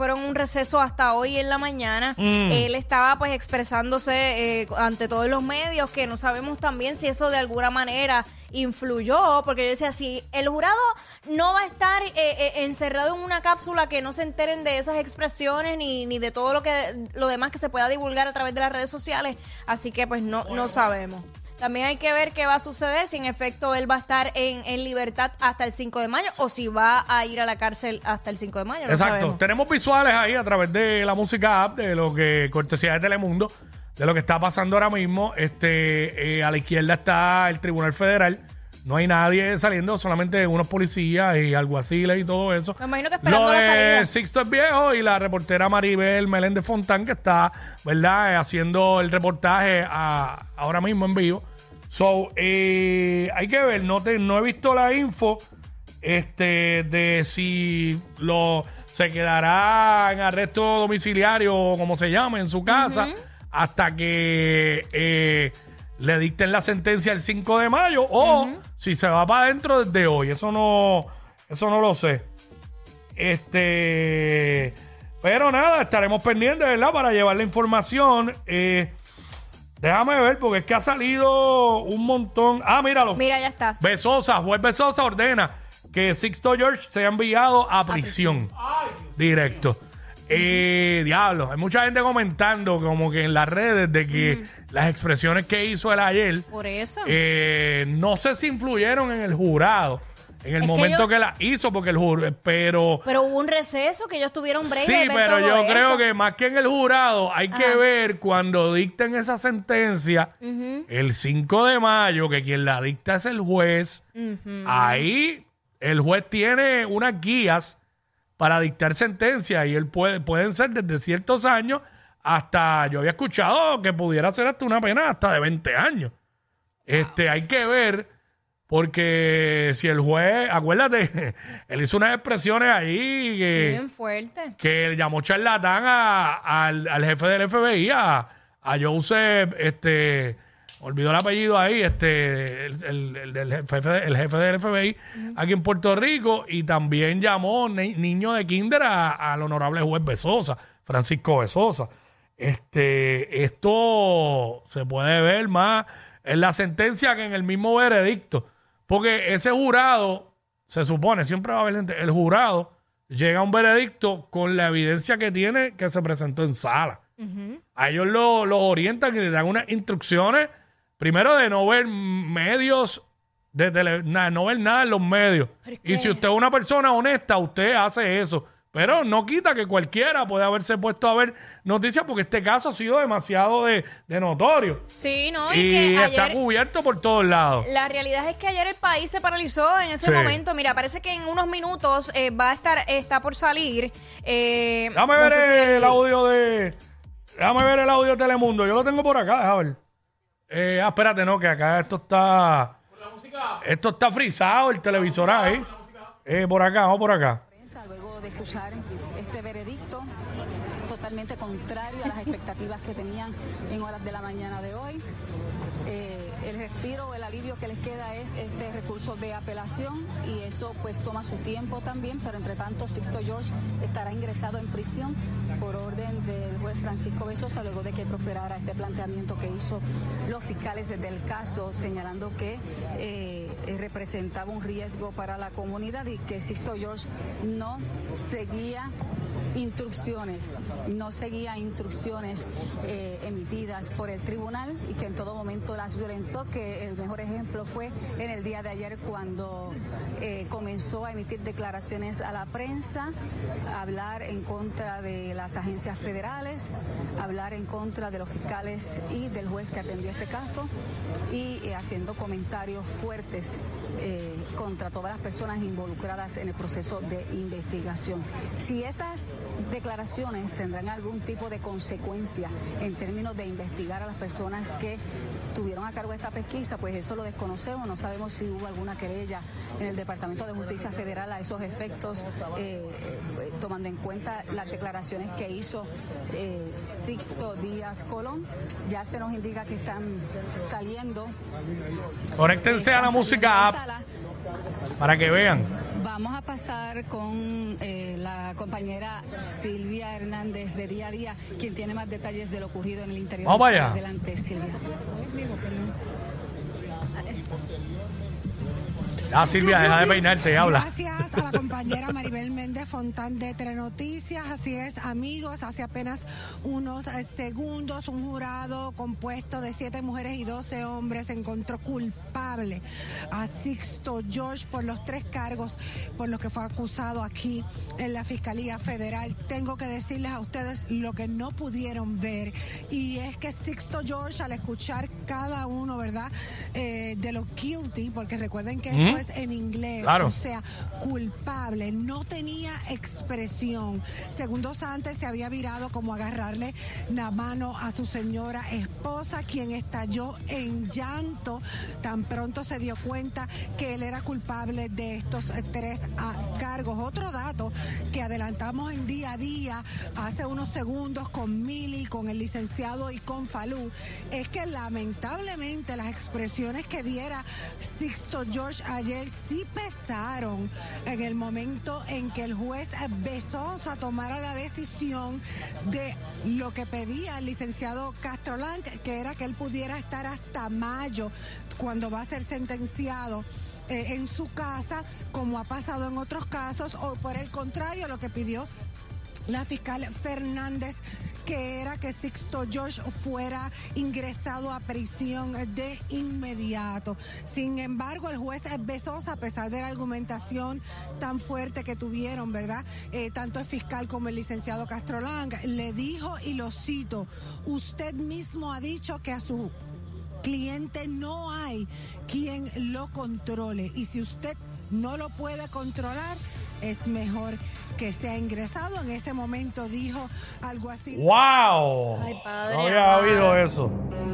fueron un receso hasta hoy en la mañana. Él estaba pues expresándose ante todos los medios, que no sabemos también si eso de alguna manera influyó, porque yo decía, si el jurado no va a estar encerrado en una cápsula, que no se enteren de esas expresiones ni de todo lo demás que se pueda divulgar a través de las redes sociales, así que pues no sabemos. También hay que ver qué va a suceder, si en efecto él va a estar en libertad hasta el 5 de mayo o si va a ir a la cárcel hasta el 5 de mayo. No Exacto. sabemos. Tenemos visuales ahí a través de la música app, de lo que, cortesía de Telemundo, de lo que está pasando ahora mismo. A la izquierda está el Tribunal Federal. No hay nadie saliendo, solamente unos policías y alguaciles y todo eso. Me imagino que esperando la salida. Sixto es viejo y la reportera Maribel Meléndez Fontán, que está, ¿verdad?, haciendo el reportaje ahora mismo en vivo. Hay que ver, no he visto la info de si se quedará en arresto domiciliario, o como se llame, en su casa, hasta que le dicten la sentencia el 5 de mayo, o si se va para adentro desde hoy. Eso no lo sé. Pero nada, estaremos pendientes, ¿verdad?, para llevar la información. Déjame ver, porque es que ha salido un montón. Míralo. Mira, ya está. Juez Besosa ordena que Sixto George sea enviado a prisión. Directo. Diablo, hay mucha gente comentando como que en las redes de que las expresiones que hizo él ayer, por eso, no sé si influyeron en el jurado en el momento que la hizo, porque el jurado, pero hubo un receso que ellos tuvieron break. Sí, pero yo creo que más que en el jurado hay que ver cuando dicten esa sentencia el 5 de mayo, que quien la dicta es el juez. Ahí el juez tiene unas guías para dictar sentencia, y él pueden ser desde ciertos años hasta, yo había escuchado que pudiera ser hasta una pena hasta de 20 años. Hay que ver, porque si el juez, acuérdate, él hizo unas expresiones ahí bien fuerte, que llamó charlatán al jefe del FBI, a Joseph, olvidó el apellido ahí, el jefe del FBI aquí en Puerto Rico, y también llamó niño de kinder al honorable juez Besosa, Francisco Besosa. Esto se puede ver más en la sentencia que en el mismo veredicto, porque ese jurado, se supone, siempre va a haber gente, el jurado llega a un veredicto con la evidencia que tiene, que se presentó en sala. A ellos los orientan y les dan unas instrucciones. Primero, de no ver medios, no ver nada en los medios. Y si usted es una persona honesta, usted hace eso. Pero no quita que cualquiera puede haberse puesto a ver noticias, porque este caso ha sido demasiado de notorio. Sí, ¿no? Y que está cubierto por todos lados. La realidad es que ayer el país se paralizó en ese momento. Mira, parece que en unos minutos está por salir. Déjame ver el audio de Telemundo. Yo lo tengo por acá, déjame ver. Espérate, no, que acá esto está frisado, el televisor ahí. Por acá, vamos por acá. Luego de escuchar este veredicto totalmente contrario a las expectativas que tenían en horas de la mañana de hoy, el respiro, el alivio que les queda es este recurso de apelación, y eso pues toma su tiempo también, pero entre tanto Sixto George estará ingresado en prisión por orden del juez Francisco Besosa, luego de que prosperara este planteamiento que hizo los fiscales desde el caso, señalando que representaba un riesgo para la comunidad y que Sixto George no seguía instrucciones emitidas por el tribunal, y que en todo momento las violentó, que el mejor ejemplo fue en el día de ayer, cuando comenzó a emitir declaraciones a la prensa, a hablar en contra de las agencias federales, a hablar en contra de los fiscales y del juez que atendió este caso, y haciendo comentarios fuertes contra todas las personas involucradas en el proceso de investigación. Si esas declaraciones tendrán algún tipo de consecuencia en términos de investigar a las personas que tuvieron a cargo esta pesquisa, pues eso lo desconocemos. No sabemos si hubo alguna querella en el Departamento de Justicia Federal a esos efectos, tomando en cuenta las declaraciones que hizo Sixto Díaz Colón. Ya se nos indica que están saliendo. Conéctense a la música app para que vean. Vamos a pasar con la compañera Silvia Hernández de Día a Día, quien tiene más detalles de lo ocurrido en el interior. Vamos allá. Adelante, Silvia. Silvia, deja de peinarte y habla. Gracias a la compañera Maribel Méndez Fontán de Telenoticias. Así es, amigos, hace apenas unos segundos un jurado compuesto de 7 mujeres y 12 hombres encontró culpable a Sixto George por los 3 cargos por los que fue acusado aquí en la Fiscalía Federal. Tengo que decirles a ustedes lo que no pudieron ver, y es que Sixto George, al escuchar cada uno, ¿verdad?, de lo guilty, porque recuerden que esto es en inglés, claro. O sea, culpable, no tenía expresión. Segundos antes se había virado como a agarrarle la mano a su señora esposa, quien estalló en llanto tan pronto se dio cuenta que él era culpable de estos 3 cargos. Otro dato que adelantamos en Día a Día hace unos segundos con Mili, con el licenciado y con Falú, es que lamentablemente las expresiones que diera Sixto George ayer sí pesaron en el momento en que el juez Bezosa tomara la decisión de lo que pedía el licenciado Castrolán, que era que él pudiera estar hasta mayo, cuando va a ser sentenciado, en su casa, como ha pasado en otros casos, o por el contrario, lo que pidió la fiscal Fernández, que era que Sixto George fuera ingresado a prisión de inmediato. Sin embargo, el juez Bezosa, a pesar de la argumentación tan fuerte que tuvieron, ¿verdad?, tanto el fiscal como el licenciado Castrolán, le dijo, y lo cito: usted mismo ha dicho que a su cliente no hay quien lo controle, y si usted no lo puede controlar, es mejor que sea ingresado. En ese momento dijo algo así. ¡Wow! Ay, padre, no había oído eso.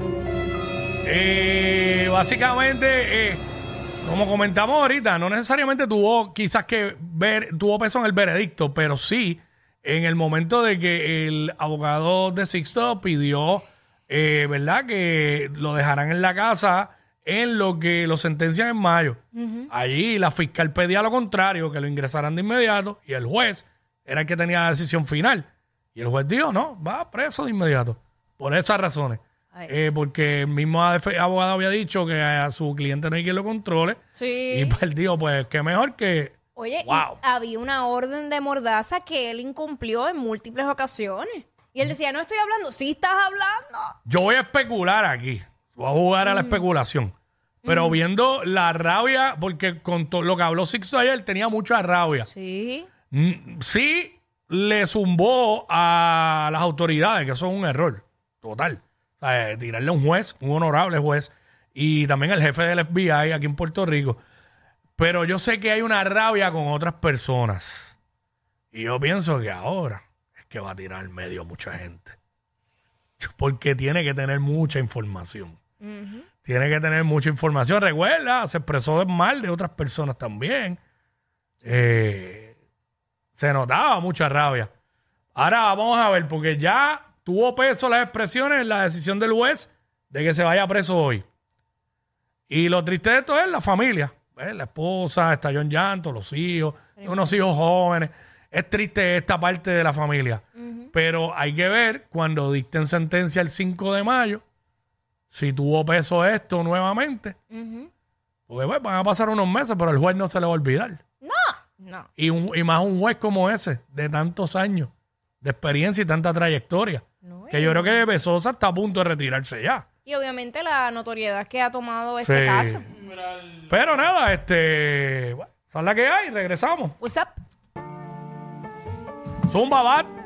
Básicamente, como comentamos ahorita, no necesariamente tuvo tuvo peso en el veredicto, pero sí en el momento de que el abogado de Sixto pidió, ¿verdad?, que lo dejaran en la casa en lo que lo sentencian en mayo. Allí la fiscal pedía lo contrario, que lo ingresaran de inmediato, y el juez era el que tenía la decisión final. Y el juez dijo, no, va preso de inmediato. Por esas razones. Porque el mismo abogado había dicho que a su cliente no hay quien lo controle. Sí. Y pues él dijo, pues qué mejor que... Oye, wow. Y había una orden de mordaza que él incumplió en múltiples ocasiones. Y él decía, no estoy hablando. Sí estás hablando. Yo voy a especular aquí. Voy a jugar a la especulación. Pero viendo la rabia, porque con lo que habló Sixto ayer, tenía mucha rabia. Sí. Sí le zumbó a las autoridades, que eso es un error total. O sea, tirarle a un juez, un honorable juez, y también al jefe del FBI aquí en Puerto Rico. Pero yo sé que hay una rabia con otras personas. Y yo pienso que ahora es que va a tirar al medio a mucha gente. Porque tiene que tener mucha información. Tiene que tener mucha información. Recuerda, se expresó mal de otras personas también. Se notaba mucha rabia. Ahora vamos a ver, porque ya tuvo peso las expresiones en la decisión del juez de que se vaya preso hoy. Y lo triste de esto es la familia. La esposa estalló en llanto, los hijos, unos hijos jóvenes. Es triste esta parte de la familia. Pero hay que ver cuando dicten sentencia el 5 de mayo, si tuvo peso esto nuevamente. Porque bueno, van a pasar unos meses, pero el juez no se le va a olvidar. No. Y más un juez como ese, de tantos años de experiencia y tanta trayectoria. Que yo creo que Bezosa está a punto de retirarse ya. Y obviamente la notoriedad que ha tomado este caso. Pero nada, bueno, esa es la que hay, regresamos. What's up? Zumba, bat.